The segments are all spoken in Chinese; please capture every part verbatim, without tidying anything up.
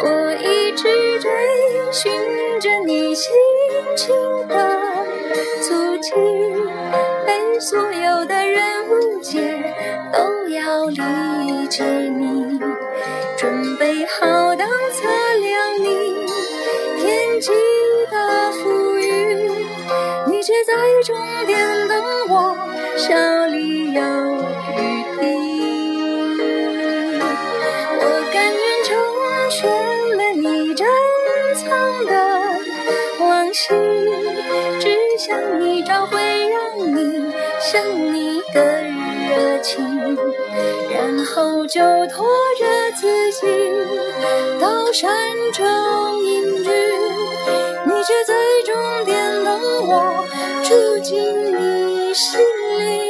我一直追寻着你轻轻的足迹，被所有的人误解，都要理解你，准备好到测量你天际的富裕，你却在终点等我，手里有余地。我甘愿成全了你珍藏的往昔，只想你找回让你想你的热情，然后就拖着自己到山中隐居，你却在终点等我住进你心里。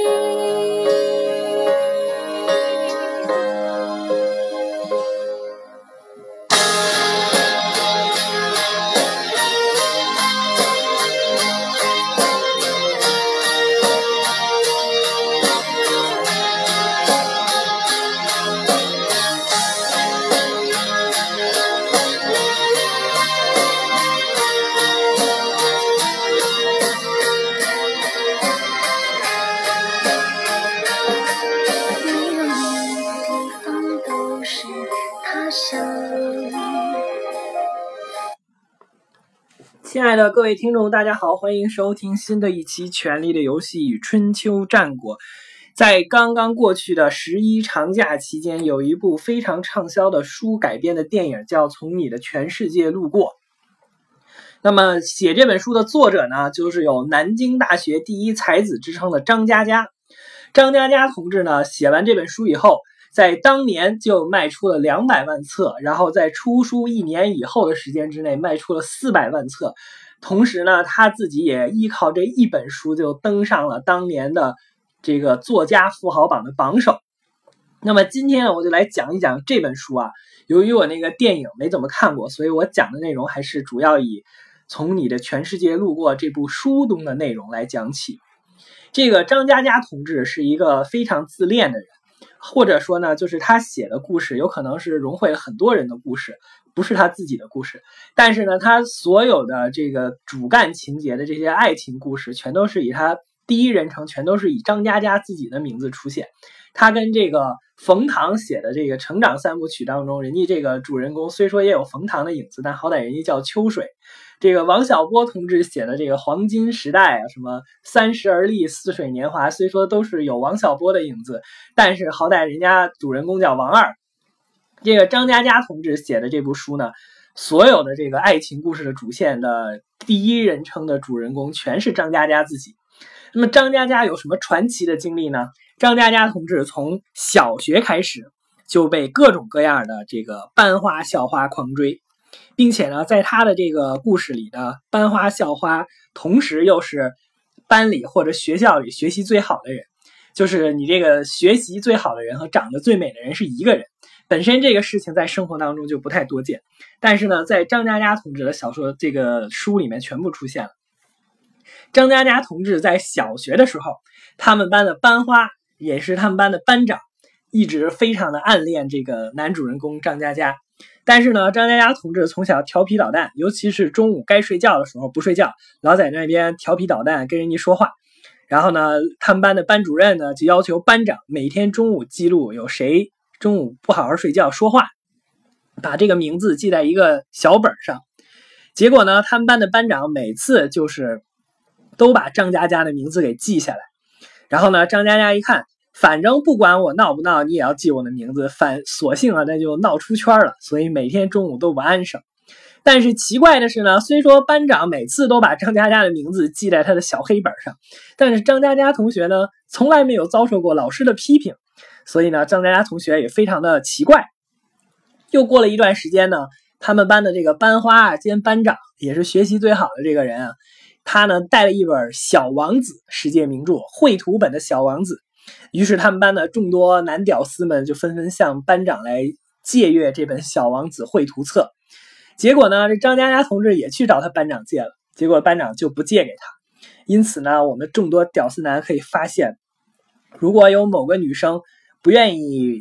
亲爱的各位听众大家好，欢迎收听新的一期权力的游戏与春秋战国。在刚刚过去的十一长假期间，有一部非常畅销的书改编的电影叫《从你的全世界路过》。那么写这本书的作者呢，就是有南京大学第一才子之称的张嘉佳。张嘉佳同志呢，写完这本书以后，在当年就卖出了两百万册，然后在出书一年以后的时间之内卖出了四百万册。同时呢，他自己也依靠这一本书就登上了当年的这个作家富豪榜的榜首。那么今天呢，我就来讲一讲这本书啊。由于我那个电影没怎么看过，所以我讲的内容还是主要以从你的全世界路过这部书中的内容来讲起。这个张嘉佳同志是一个非常自恋的人，或者说呢，就是他写的故事有可能是融汇了很多人的故事，不是他自己的故事。但是呢，他所有的这个主干情节的这些爱情故事，全都是以他第一人称，全都是以张嘉佳自己的名字出现。他跟这个冯唐写的这个成长三部曲当中，人家这个主人公虽说也有冯唐的影子，但好歹人家叫秋水。这个王小波同志写的这个黄金时代啊，什么三十而立似水年华，虽说都是有王小波的影子，但是好歹人家主人公叫王二。这个张嘉佳同志写的这部书呢，所有的这个爱情故事的主线的第一人称的主人公全是张嘉佳自己。那么张嘉佳有什么传奇的经历呢？张嘉佳同志从小学开始就被各种各样的这个班花校花狂追，并且呢，在他的这个故事里的班花校花同时又是班里或者学校里学习最好的人，就是你这个学习最好的人和长得最美的人是一个人。本身这个事情在生活当中就不太多见，但是呢，在张嘉佳同志的小说这个书里面全部出现了。张嘉佳同志在小学的时候，他们班的班花也是他们班的班长，一直非常的暗恋这个男主人公张嘉佳。但是呢，张嘉佳同志从小调皮捣蛋，尤其是中午该睡觉的时候不睡觉，老在那边调皮捣蛋跟人家说话。然后呢，他们班的班主任呢就要求班长每天中午记录有谁中午不好好睡觉说话，把这个名字记在一个小本上。结果呢，他们班的班长每次就是都把张嘉佳的名字给记下来。然后呢，张嘉佳一看，反正不管我闹不闹，你也要记我的名字，反索性啊那就闹出圈了，所以每天中午都不安生。但是奇怪的是呢，虽说班长每次都把张嘉佳的名字记在他的小黑本上，但是张嘉佳同学呢从来没有遭受过老师的批评，所以呢，张嘉佳同学也非常的奇怪。又过了一段时间呢，他们班的这个班花兼班长，也是学习最好的这个人啊，他呢带了一本《小王子》世界名著绘图本的《小王子》，于是他们班的众多男屌丝们就纷纷向班长来借阅这本《小王子》绘图册。结果呢，这张嘉佳同志也去找他班长借了，结果班长就不借给他。因此呢，我们众多屌丝男可以发现，如果有某个女生不愿意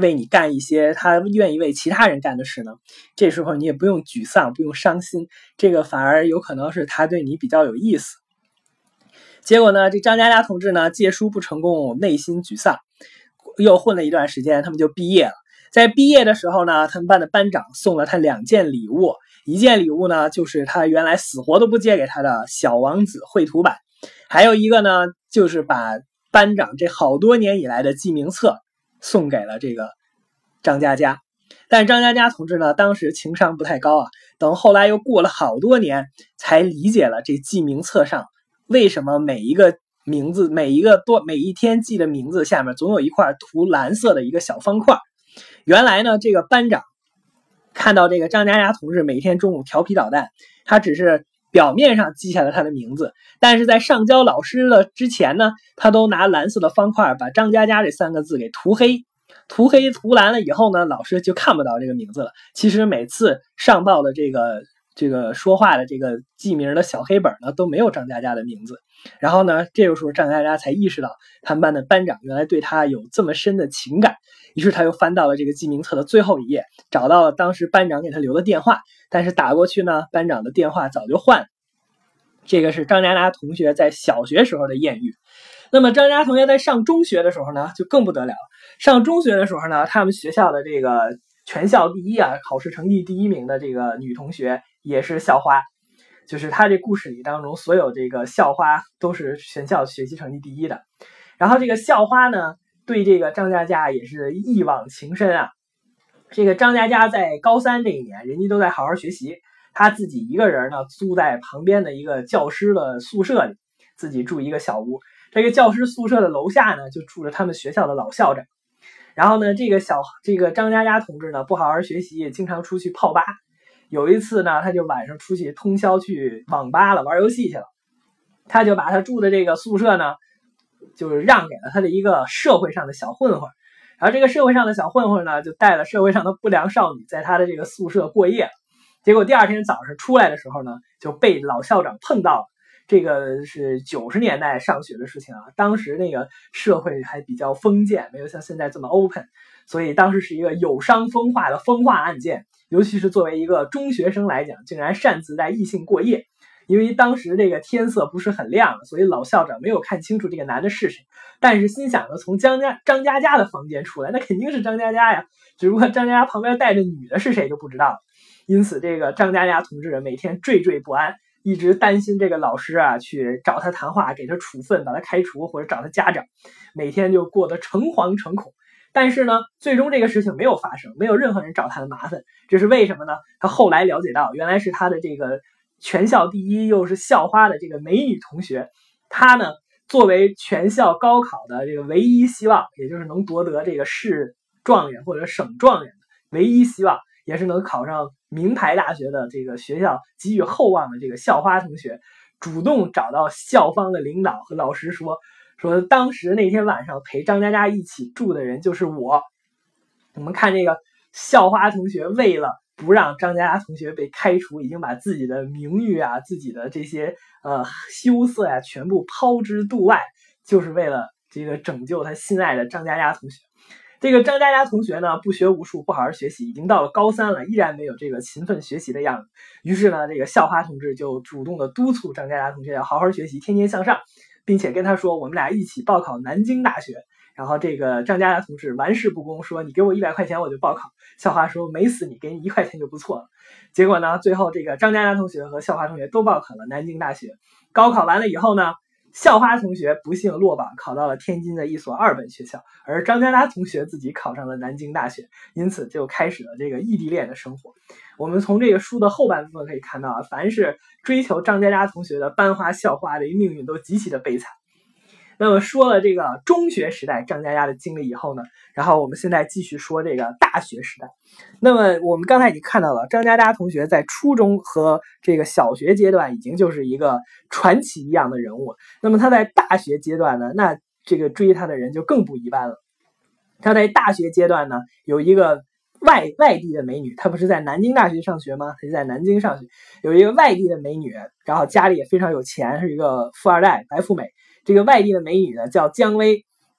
为你干一些他愿意为其他人干的事呢？这时候你也不用沮丧，不用伤心，这个反而有可能是他对你比较有意思。结果呢，这张嘉佳同志呢借书不成功，内心沮丧，又混了一段时间，他们就毕业了。在毕业的时候呢，他们班的班长送了他两件礼物，一件礼物呢就是他原来死活都不借给他的小王子绘图版，还有一个呢就是把班长这好多年以来的记名册送给了这个张嘉佳。但是张嘉佳同志呢当时情商不太高啊，等后来又过了好多年才理解了这记名册上为什么每一个名字每一个多每一天记的名字下面总有一块涂蓝色的一个小方块。原来呢这个班长看到这个张嘉佳同志每天中午调皮捣蛋，他只是表面上记下了他的名字，但是在上交老师了之前呢，他都拿蓝色的方块把张嘉佳这三个字给涂黑，涂黑涂蓝了以后呢，老师就看不到这个名字了。其实每次上报的这个这个说话的这个记名的小黑本呢都没有张嘉佳的名字。然后呢这个时候张嘉佳才意识到他们班的班长原来对他有这么深的情感，于是他又翻到了这个记名册的最后一页，找到了当时班长给他留的电话，但是打过去呢班长的电话早就换了。这个是张嘉佳同学在小学时候的艳遇。那么张嘉佳同学在上中学的时候呢就更不得了，上中学的时候呢他们学校的这个全校第一啊，考试成绩第一名的这个女同学也是校花，就是他这故事里当中所有这个校花都是全校学习成绩第一的。然后这个校花呢对这个张嘉佳也是一往情深啊。这个张嘉佳在高三这一年人家都在好好学习，他自己一个人呢租在旁边的一个教师的宿舍里，自己住一个小屋。这个教师宿舍的楼下呢就住着他们学校的老校长。然后呢这个小这个张嘉佳同志呢不好好学习，也经常出去泡吧。有一次呢他就晚上出去通宵去网吧了，玩游戏去了。他就把他住的这个宿舍呢就是让给了他的一个社会上的小混混，然后这个社会上的小混混呢就带了社会上的不良少女在他的这个宿舍过夜。结果第二天早上出来的时候呢就被老校长碰到了。这个是九十年代上学的事情啊，当时那个社会还比较封建，没有像现在这么 open， 所以当时是一个有伤风化的风化案件。尤其是作为一个中学生来讲，竟然擅自带异性过夜。因为当时这个天色不是很亮，所以老校长没有看清楚这个男的是谁，但是心想着从张家张嘉佳的房间出来，那肯定是张嘉佳呀，只不过张嘉佳旁边带着女的是谁就不知道了。因此这个张嘉佳同志每天惴惴不安，一直担心这个老师啊去找他谈话，给他处分，把他开除，或者找他家长，每天就过得诚惶诚恐。但是呢最终这个事情没有发生，没有任何人找他的麻烦。这是为什么呢？他后来了解到原来是他的这个全校第一又是校花的这个美女同学，她呢作为全校高考的这个唯一希望，也就是能夺得这个市状元或者省状元的唯一希望，也是能考上名牌大学的这个学校给予厚望的这个校花同学，主动找到校方的领导和老师说说当时那天晚上陪张嘉佳一起住的人就是我。我们看这个校花同学为了不让张嘉佳同学被开除，已经把自己的名誉啊自己的这些呃羞涩呀、啊、全部抛之度外，就是为了这个拯救他心爱的张嘉佳同学。这个张嘉佳同学呢不学无术，不好好学习，已经到了高三了，依然没有这个勤奋学习的样子。于是呢这个校花同志就主动的督促张嘉佳同学要好好学习，天天向上，并且跟他说我们俩一起报考南京大学。然后这个张嘉佳同志玩世不恭，说你给我一百块钱我就报考。校花说没死你，给你一块钱就不错了。结果呢最后这个张嘉佳同学和校花同学都报考了南京大学。高考完了以后呢，校花同学不幸落榜，考到了天津的一所二本学校，而张嘉佳同学自己考上了南京大学，因此就开始了这个异地恋的生活。我们从这个书的后半部分可以看到啊，凡是追求张嘉佳同学的班花校花的命运都极其的悲惨。那么说了这个中学时代张嘉佳的经历以后呢，然后我们现在继续说这个大学时代。那么我们刚才已经看到了张嘉佳同学在初中和这个小学阶段已经就是一个传奇一样的人物。那么他在大学阶段呢，那这个追他的人就更不一般了。他在大学阶段呢有一个外外地的美女，她不是在南京大学上学吗？她是在南京上学，有一个外地的美女，然后家里也非常有钱，是一个富二代白富美。这个外地的美女呢叫姜薇，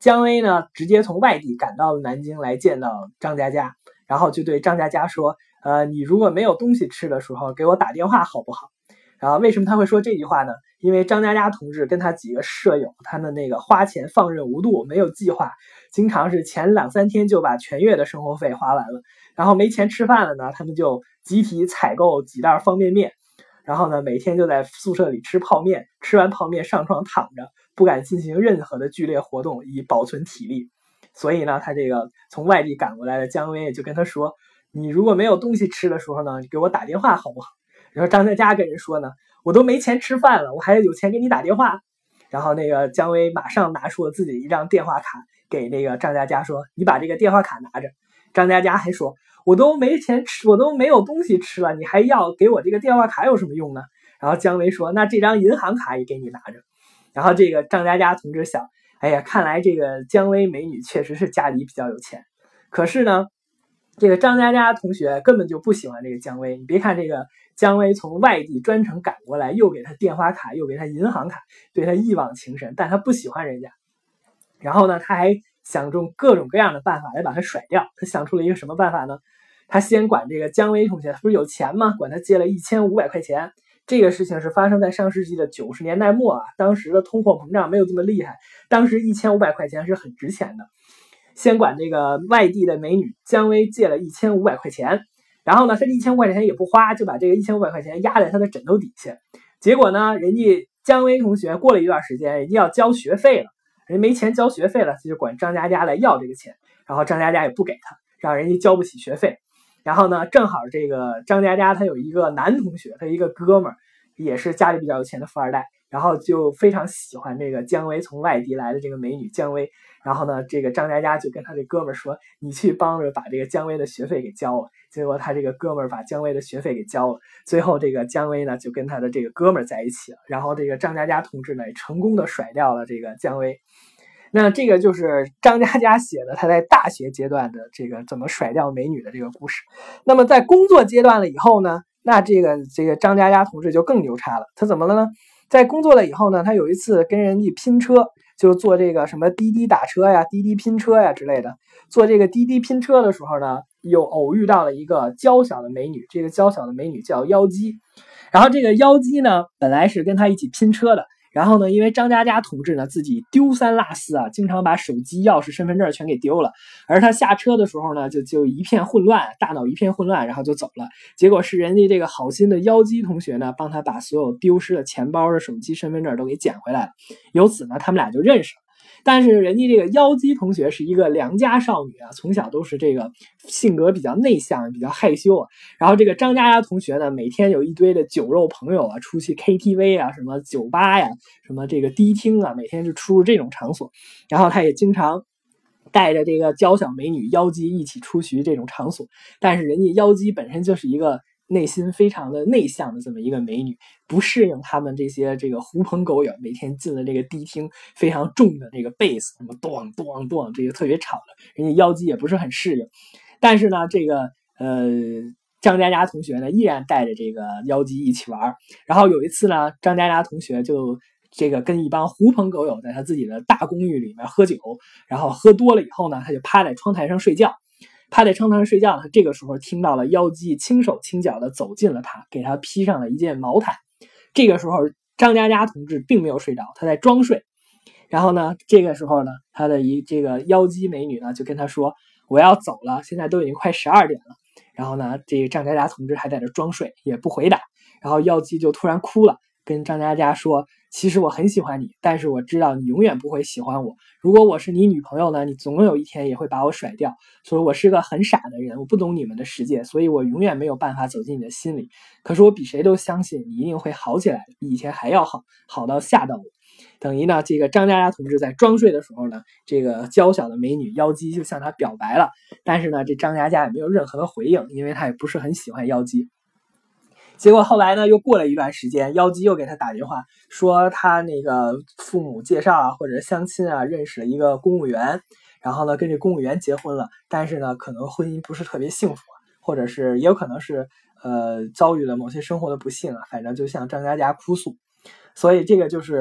姜维呢直接从外地赶到了南京来见到张嘉佳，然后就对张嘉佳说，呃，你如果没有东西吃的时候给我打电话好不好？然后为什么他会说这句话呢？因为张嘉佳同志跟他几个舍友，他们那个花钱放任无度，没有计划，经常是前两三天就把全月的生活费花完了，然后没钱吃饭了呢，他们就集体采购几袋方便面，然后呢每天就在宿舍里吃泡面，吃完泡面上床躺着，不敢进行任何的剧烈活动以保存体力。所以呢他这个从外地赶过来的姜维就跟他说，你如果没有东西吃的时候呢，你给我打电话好不好？然后张嘉佳跟人说呢，我都没钱吃饭了，我还有钱给你打电话。然后那个姜维马上拿出了自己一张电话卡给那个张嘉佳说，你把这个电话卡拿着。张嘉佳还说，我都没钱吃，我都没有东西吃了，你还要给我这个电话卡有什么用呢？然后姜维说，那这张银行卡也给你拿着。然后这个张嘉佳同志想，哎呀，看来这个姜维美女确实是家里比较有钱。可是呢这个张嘉佳同学根本就不喜欢这个姜维，你别看这个姜维从外地专程赶过来，又给他电话卡，又给他银行卡，对他一往情深，但他不喜欢人家。然后呢，他还想中各种各样的办法来把他甩掉。他想出了一个什么办法呢？他先管这个姜维同学，他不是有钱吗？管他借了一千五百块钱。这个事情是发生在上世纪的九十年代末啊，当时的通货膨胀没有这么厉害，当时一千五百块钱是很值钱的。先管这个外地的美女姜维借了一千五百块钱，然后呢，他这一千五百块钱也不花，就把这个一千五百块钱压在他的枕头底下。结果呢，人家姜维同学过了一段时间，人家要交学费了，人没钱交学费了，他就管张嘉佳来要这个钱，然后张嘉佳也不给他，让人家交不起学费。然后呢，正好这个张嘉佳他有一个男同学，他一个哥们儿也是家里比较有钱的富二代，然后就非常喜欢这个姜维从外地来的这个美女姜维。然后呢，这个张嘉佳就跟他这哥们儿说，你去帮着把这个姜维的学费给交了。结果他这个哥们儿把姜维的学费给交了，最后这个姜维呢就跟他的这个哥们儿在一起了，然后这个张嘉佳同志呢也成功的甩掉了这个姜维。那这个就是张嘉佳写的他在大学阶段的这个怎么甩掉美女的这个故事。那么在工作阶段了以后呢，那这个这个张嘉佳同志就更牛叉了。他怎么了呢？在工作了以后呢，他有一次跟人家拼车，就做这个什么滴滴打车呀、滴滴拼车呀之类的。做这个滴滴拼车的时候呢，又偶遇到了一个娇小的美女，这个娇小的美女叫妖姬。然后这个妖姬呢，本来是跟他一起拼车的，然后呢，因为张嘉佳同志呢自己丢三落四啊，经常把手机、钥匙、身份证全给丢了，而他下车的时候呢，就就一片混乱，大脑一片混乱，然后就走了。结果是人家这个好心的妖姬同学呢，帮他把所有丢失的钱包的手机、身份证都给捡回来了。由此呢，他们俩就认识了。但是人家这个妖姬同学是一个良家少女啊，从小都是这个性格比较内向，比较害羞啊。然后这个张嘉佳同学呢，每天有一堆的酒肉朋友啊，出去 K T V 啊，什么酒吧呀，什么这个迪厅啊，每天就出入这种场所。然后他也经常带着这个娇小美女妖姬一起出席这种场所。但是人家妖姬本身就是一个内心非常的内向的这么一个美女，不适应他们这些这个狐朋狗友，每天进了这个迪厅非常重的这个贝斯，什么咚咚咚，这个特别吵的，人家妖姬也不是很适应。但是呢，这个呃张嘉佳同学呢，依然带着这个妖姬一起玩。然后有一次呢，张嘉佳同学就这个跟一帮狐朋狗友在他自己的大公寓里面喝酒，然后喝多了以后呢，他就趴在窗台上睡觉。趴在窗台上睡觉，他这个时候听到了妖姬轻手轻脚的走进了他，给他披上了一件毛毯。这个时候张嘉佳同志并没有睡着，他在装睡。然后呢，这个时候呢，他的一这个妖姬美女呢就跟他说，我要走了，现在都已经快十二点了。然后呢，这个张嘉佳同志还在这装睡，也不回答。然后妖姬就突然哭了，跟张嘉佳说，其实我很喜欢你，但是我知道你永远不会喜欢我。如果我是你女朋友呢，你总有一天也会把我甩掉。所以我是个很傻的人，我不懂你们的世界，所以我永远没有办法走进你的心里。可是我比谁都相信你一定会好起来的，比以前还要好，好到吓到我。等于呢，这个张嘉佳同志在装睡的时候呢，这个娇小的美女妖姬就向他表白了。但是呢，这张嘉佳也没有任何的回应，因为他也不是很喜欢妖姬。结果后来呢，又过了一段时间，妖姬又给他打电话说他那个父母介绍啊，或者相亲啊，认识了一个公务员，然后呢跟这公务员结婚了，但是呢可能婚姻不是特别幸福，或者是也有可能是呃遭遇了某些生活的不幸啊，反正就向张嘉佳哭诉。所以这个就是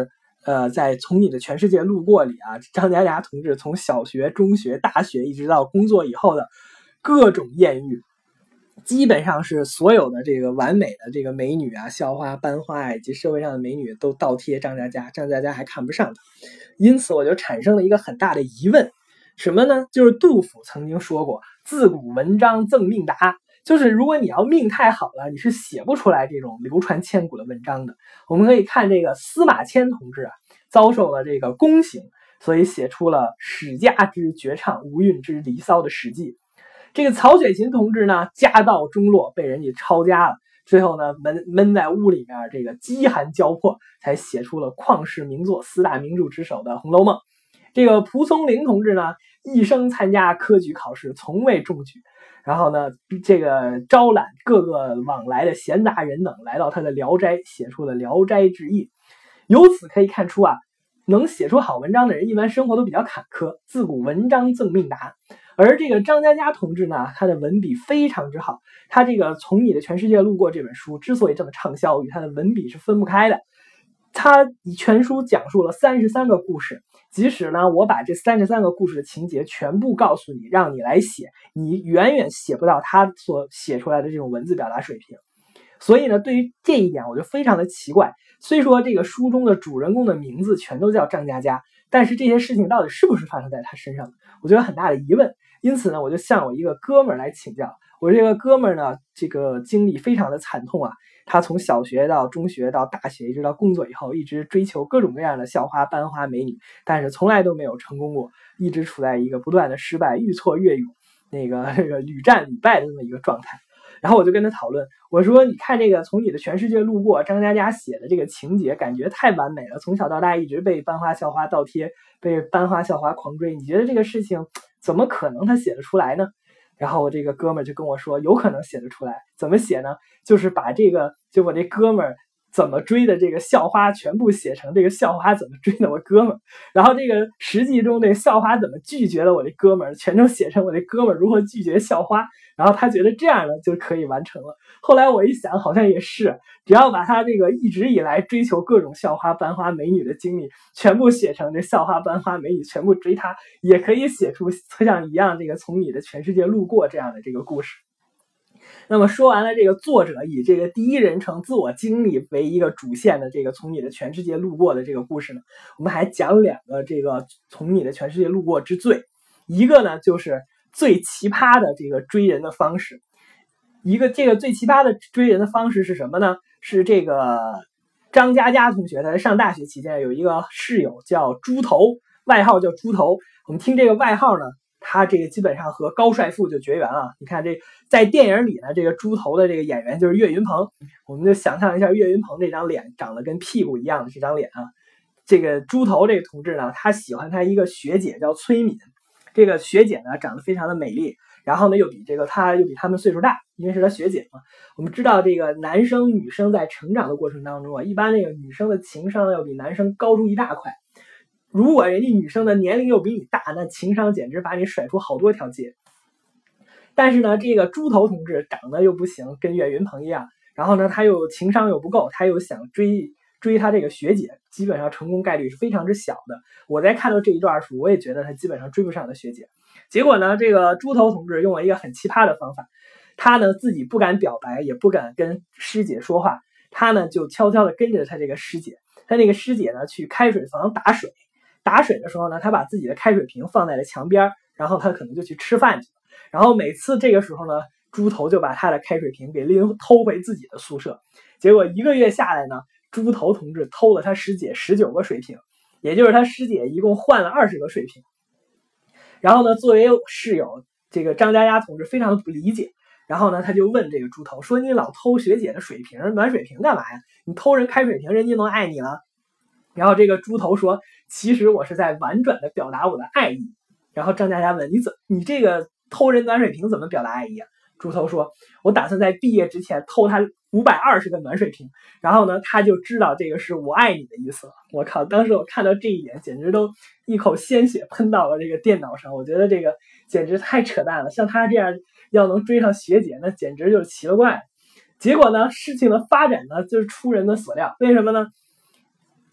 呃，在从你的全世界路过里啊，张嘉佳同志从小学、中学、大学一直到工作以后的各种艳遇，基本上是所有的这个完美的这个美女啊、校花、班花以及社会上的美女都倒贴张嘉佳，张嘉佳还看不上他。因此我就产生了一个很大的疑问，什么呢？就是杜甫曾经说过，自古文章赠命达，就是如果你要命太好了，你是写不出来这种流传千古的文章的。我们可以看这个司马迁同志啊，遭受了这个宫刑，所以写出了史家之绝唱、无韵之离骚的史记。这个曹雪芹同志呢，家道中落，被人家抄家了，最后呢闷闷在屋里面，这个饥寒交迫，才写出了旷世名作、四大名著之首的《红楼梦》。这个蒲松龄同志呢，一生参加科举考试，从未中举。然后呢，这个招揽各个往来的闲杂人等，来到他的聊斋，写出了《聊斋志异》。由此可以看出啊，能写出好文章的人，一般生活都比较坎坷。自古文章赠命达。而这个张嘉佳同志呢，他的文笔非常之好。他这个《从你的全世界路过》这本书之所以这么畅销，与他的文笔是分不开的。他全书讲述了三十三个故事，即使呢我把这三十三个故事的情节全部告诉你，让你来写，你远远写不到他所写出来的这种文字表达水平。所以呢，对于这一点我就非常的奇怪。虽说这个书中的主人公的名字全都叫张嘉佳，但是这些事情到底是不是发生在他身上的，我觉得很大的疑问。因此呢，我就向我一个哥们儿来请教。我这个哥们儿呢，这个经历非常的惨痛啊。他从小学到中学到大学，一直到工作以后，一直追求各种各样的校花、班花、美女，但是从来都没有成功过，一直处在一个不断的失败、愈挫愈勇、那个这个屡战屡败的这么一个状态。然后我就跟他讨论，我说你看这个从你的全世界路过，张嘉佳写的这个情节感觉太完美了，从小到大一直被班花校花倒贴，被班花校花狂追，你觉得这个事情怎么可能他写得出来呢？然后我这个哥们儿就跟我说，有可能写得出来。怎么写呢？就是把这个就我这哥们儿怎么追的这个校花全部写成这个校花怎么追的我哥们儿，然后这个实际中这个校花怎么拒绝了我这哥们儿，全都写成我这哥们儿如何拒绝校花，然后他觉得这样呢就可以完成了。后来我一想，好像也是，只要把他这个一直以来追求各种校花、班花、美女的经历全部写成这校花、班花、美女全部追他，也可以写出像一样这个从你的全世界路过这样的这个故事。那么说完了这个作者以这个第一人称自我经历为一个主线的这个从你的全世界路过的这个故事呢，我们还讲两个这个从你的全世界路过之最。一个呢就是最奇葩的这个追人的方式，一个这个最奇葩的追人的方式是什么呢？是这个张嘉佳同学他在上大学期间有一个室友叫猪头，外号叫猪头。我们听这个外号呢，他这个基本上和高帅富就绝缘了。你看这在电影里呢，这个猪头的这个演员就是岳云鹏，我们就想象一下岳云鹏这张脸长得跟屁股一样的这张脸啊。这个猪头这个同志呢，他喜欢他一个学姐叫崔敏，这个学姐呢长得非常的美丽，然后呢又比这个他又比他们岁数大，因为是他学姐嘛。我们知道这个男生女生在成长的过程当中啊，一般那个女生的情商要比男生高出一大块。如果人家女生的年龄又比你大，那情商简直把你甩出好多条街。但是呢，这个猪头同志长得又不行，跟岳云鹏一样，然后呢他又情商又不够，他又想追追他这个学姐，基本上成功概率是非常之小的。我在看到这一段时，我也觉得他基本上追不上他学姐。结果呢，这个猪头同志用了一个很奇葩的方法，他呢自己不敢表白，也不敢跟师姐说话，他呢就悄悄的跟着他这个师姐，他那个师姐呢去开水房打水，打水的时候呢，他把自己的开水瓶放在了墙边，然后他可能就去吃饭去了。然后每次这个时候呢，猪头就把他的开水瓶给拎偷回自己的宿舍。结果一个月下来呢，猪头同志偷了他师姐十九个水瓶，也就是他师姐一共换了二十个水瓶。然后呢，作为室友，这个张嘉佳同志非常的不理解，然后呢，他就问这个猪头说：“你老偷学姐的水瓶、暖水瓶干嘛呀？你偷人开水瓶，人家能爱你了？”然后这个猪头说：“其实我是在婉转的表达我的爱意。”然后张嘉佳问：“你怎你这个偷人暖水瓶怎么表达爱意啊？”猪头说：“我打算在毕业之前偷他五百二十个暖水瓶，然后呢，他就知道这个是我爱你的意思了。”我靠！当时我看到这一点，简直都一口鲜血喷到了这个电脑上。我觉得这个简直太扯淡了。像他这样要能追上学姐，那简直就是奇了怪了。结果呢，事情的发展呢，就是出人的所料。为什么呢？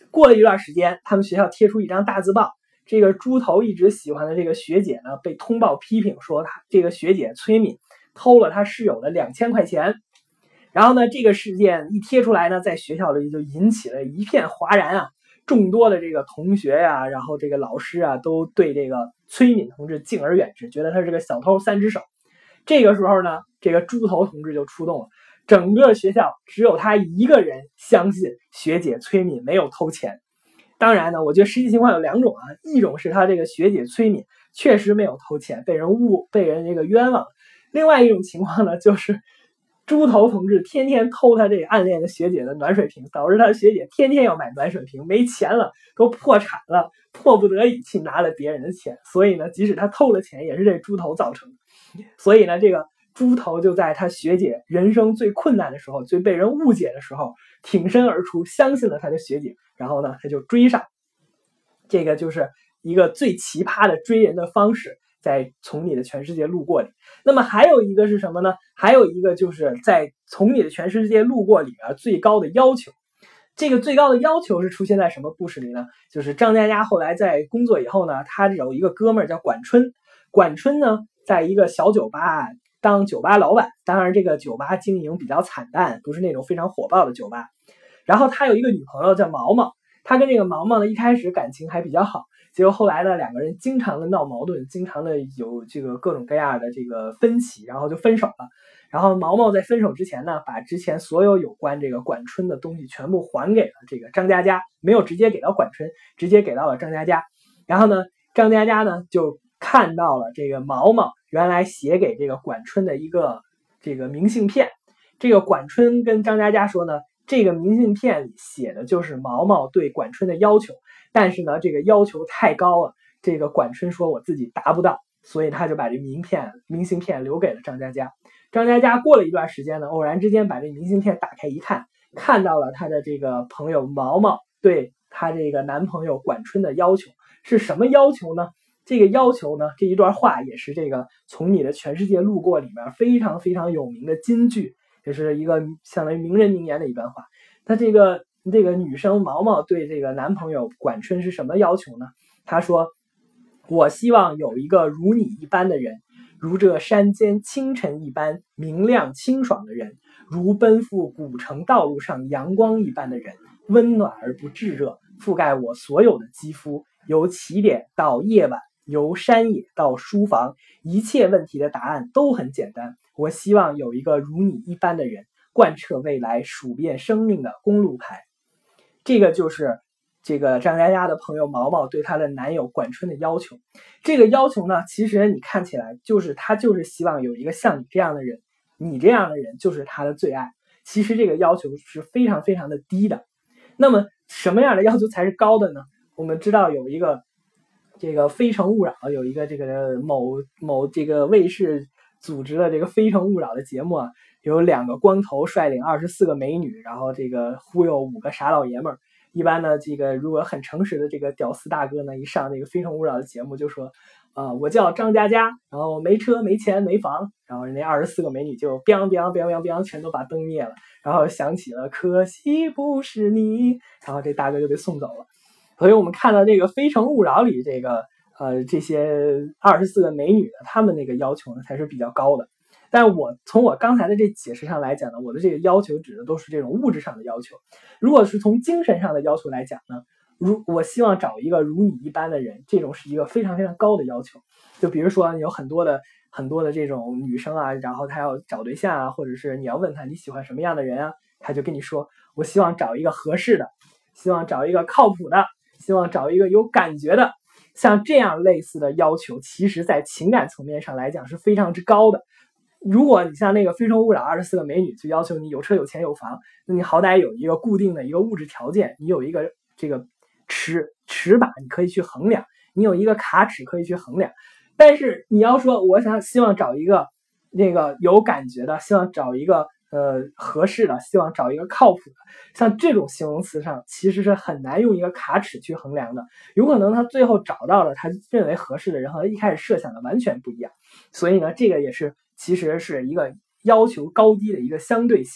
过了一段时间，他们学校贴出一张大字报，这个猪头一直喜欢的这个学姐呢，被通报批评说他这个学姐崔敏偷了他室友的两千块钱。然后呢，这个事件一贴出来呢，在学校里就引起了一片哗然啊，众多的这个同学呀、啊，然后这个老师啊，都对这个崔敏同志敬而远之，觉得他是个小偷三只手。这个时候呢，这个猪头同志就出动了，整个学校只有他一个人相信学姐崔敏没有偷钱。当然呢，我觉得实际情况有两种啊，一种是他这个学姐崔敏确实没有偷钱，被人误被人这个冤枉；另外一种情况呢，就是猪头同志天天偷他这个暗恋的学姐的暖水瓶，导致他学姐天天要买暖水瓶，没钱了，都破产了，迫不得已去拿了别人的钱。所以呢，即使他偷了钱，也是这猪头造成的。所以呢，这个猪头就在他学姐人生最困难的时候，最被人误解的时候，挺身而出，相信了他的学姐，然后呢，他就追上。这个就是一个最奇葩的追人的方式，在从你的全世界路过里。那么还有一个是什么呢？还有一个就是在从你的全世界路过里边最高的要求。这个最高的要求是出现在什么故事里呢？就是张嘉佳后来在工作以后呢，他有一个哥们儿叫管春，管春呢在一个小酒吧当酒吧老板，当然这个酒吧经营比较惨淡，不是那种非常火爆的酒吧。然后他有一个女朋友叫毛毛，他跟这个毛毛呢一开始感情还比较好，结果后来呢两个人经常的闹矛盾，经常的有这个各种各样的这个分歧，然后就分手了。然后毛毛在分手之前呢，把之前所有有关这个管春的东西全部还给了这个张嘉佳，没有直接给到管春，直接给到了张嘉佳。然后呢，张嘉佳呢就看到了这个毛毛原来写给这个管春的一个这个明信片。这个管春跟张嘉佳说呢，这个明信片里写的就是毛毛对管春的要求，但是呢这个要求太高了，这个管春说我自己达不到，所以他就把这名片明信片留给了张嘉佳。张嘉佳过了一段时间呢，偶然之间把这明信片打开一看，看到了他的这个朋友毛毛对他这个男朋友管春的要求。是什么要求呢？这个要求呢，这一段话也是这个从你的全世界路过里面非常非常有名的金句，也是一个相当于名人名言的一段话。他这个这个女生毛毛对这个男朋友管春是什么要求呢？她说，我希望有一个如你一般的人，如这山间清晨一般明亮清爽的人，如奔赴古城道路上阳光一般的人，温暖而不炙热，覆盖我所有的肌肤，由起点到夜晚，由山野到书房，一切问题的答案都很简单。我希望有一个如你一般的人，贯彻未来，数遍生命的公路牌。这个就是这个张嘉佳的朋友毛毛对她的男友管春的要求。这个要求呢，其实你看起来就是他就是希望有一个像你这样的人，你这样的人就是他的最爱。其实这个要求是非常非常的低的。那么什么样的要求才是高的呢？我们知道有一个这个非诚勿扰，有一个这个某某这个卫视组织的这个非诚勿扰的节目啊，有两个光头率领二十四个美女，然后这个忽悠五个傻老爷们儿。一般呢，这个如果很诚实的这个屌丝大哥呢，一上这个非诚勿扰的节目就说，啊、呃，我叫张嘉佳，然后没车没钱没房，然后那二十四个美女就 biang biang biang biang biang 全都把灯灭了，然后响起了可惜不是你，然后这大哥就被送走了。所以我们看到这个非诚勿扰里这个呃这些二十四个美女的，她们那个要求呢才是比较高的。但我从我刚才的这解释上来讲呢，我的这个要求指的都是这种物质上的要求。如果是从精神上的要求来讲呢，如我希望找一个如你一般的人，这种是一个非常非常高的要求。就比如说有很多的很多的这种女生啊，然后她要找对象啊，或者是你要问她你喜欢什么样的人啊，她就跟你说，我希望找一个合适的，希望找一个靠谱的，希望找一个有感觉的。像这样类似的要求，其实在情感层面上来讲是非常之高的。如果你像那个非诚勿扰二十四个美女就要求你有车有钱有房，那你好歹有一个固定的一个物质条件，你有一个这个尺尺把你可以去衡量，你有一个卡尺可以去衡量。但是你要说我想希望找一个那个有感觉的，希望找一个呃合适的，希望找一个靠谱的，像这种形容词上其实是很难用一个卡尺去衡量的。有可能他最后找到了他认为合适的人和他一开始设想的完全不一样。所以呢，这个也是其实是一个要求高低的一个相对性。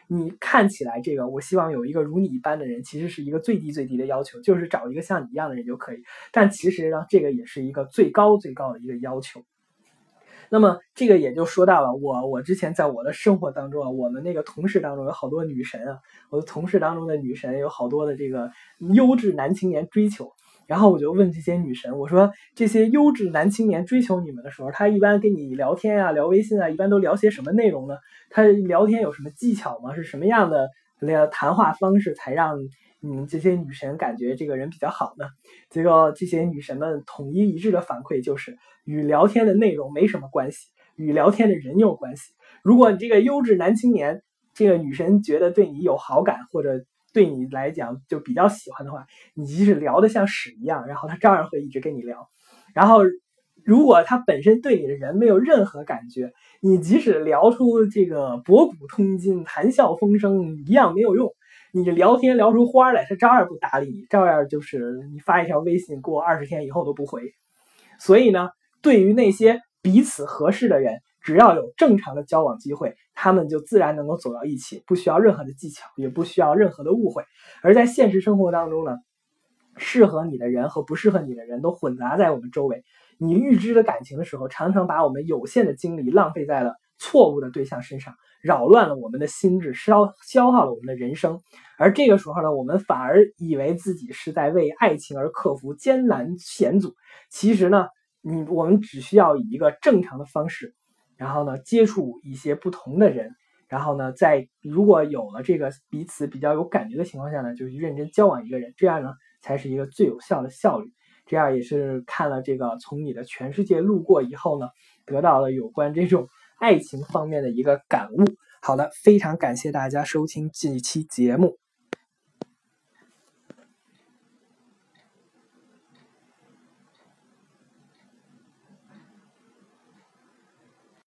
你看起来这个我希望有一个如你一般的人，其实是一个最低最低的要求，就是找一个像你一样的人就可以。但其实呢，这个也是一个最高最高的一个要求。那么这个也就说到了我我之前在我的生活当中啊，我们那个同事当中有好多女神啊，我的同事当中的女神有好多的这个优质男青年追求。然后我就问这些女神，我说这些优质男青年追求你们的时候，他一般跟你聊天啊，聊微信啊，一般都聊些什么内容呢？他聊天有什么技巧吗？是什么样的谈话方式才让你们这些女神感觉这个人比较好呢？结果这些女神们统一一致的反馈就是，与聊天的内容没什么关系，与聊天的人有关系。如果你这个优质男青年，这个女神觉得对你有好感，或者对你来讲就比较喜欢的话，你即使聊得像屎一样，然后他照样会一直跟你聊。然后如果他本身对你的人没有任何感觉，你即使聊出这个博古通今、谈笑风生一样没有用。你聊天聊出花来，他照样不搭理你，照样就是你发一条微信过二十天以后都不回。所以呢，对于那些彼此合适的人，只要有正常的交往机会，他们就自然能够走到一起，不需要任何的技巧，也不需要任何的误会。而在现实生活当中呢，适合你的人和不适合你的人都混杂在我们周围。你预知的感情的时候，常常把我们有限的精力浪费在了错误的对象身上，扰乱了我们的心智，消消耗了我们的人生。而这个时候呢，我们反而以为自己是在为爱情而克服艰难险阻。其实呢，你我们只需要以一个正常的方式，然后呢，接触一些不同的人，然后呢，在如果有了这个彼此比较有感觉的情况下呢，就去认真交往一个人，这样呢，才是一个最有效的效率。这样也是看了这个从你的全世界路过以后呢，得到了有关这种爱情方面的一个感悟。好的，非常感谢大家收听这一期节目。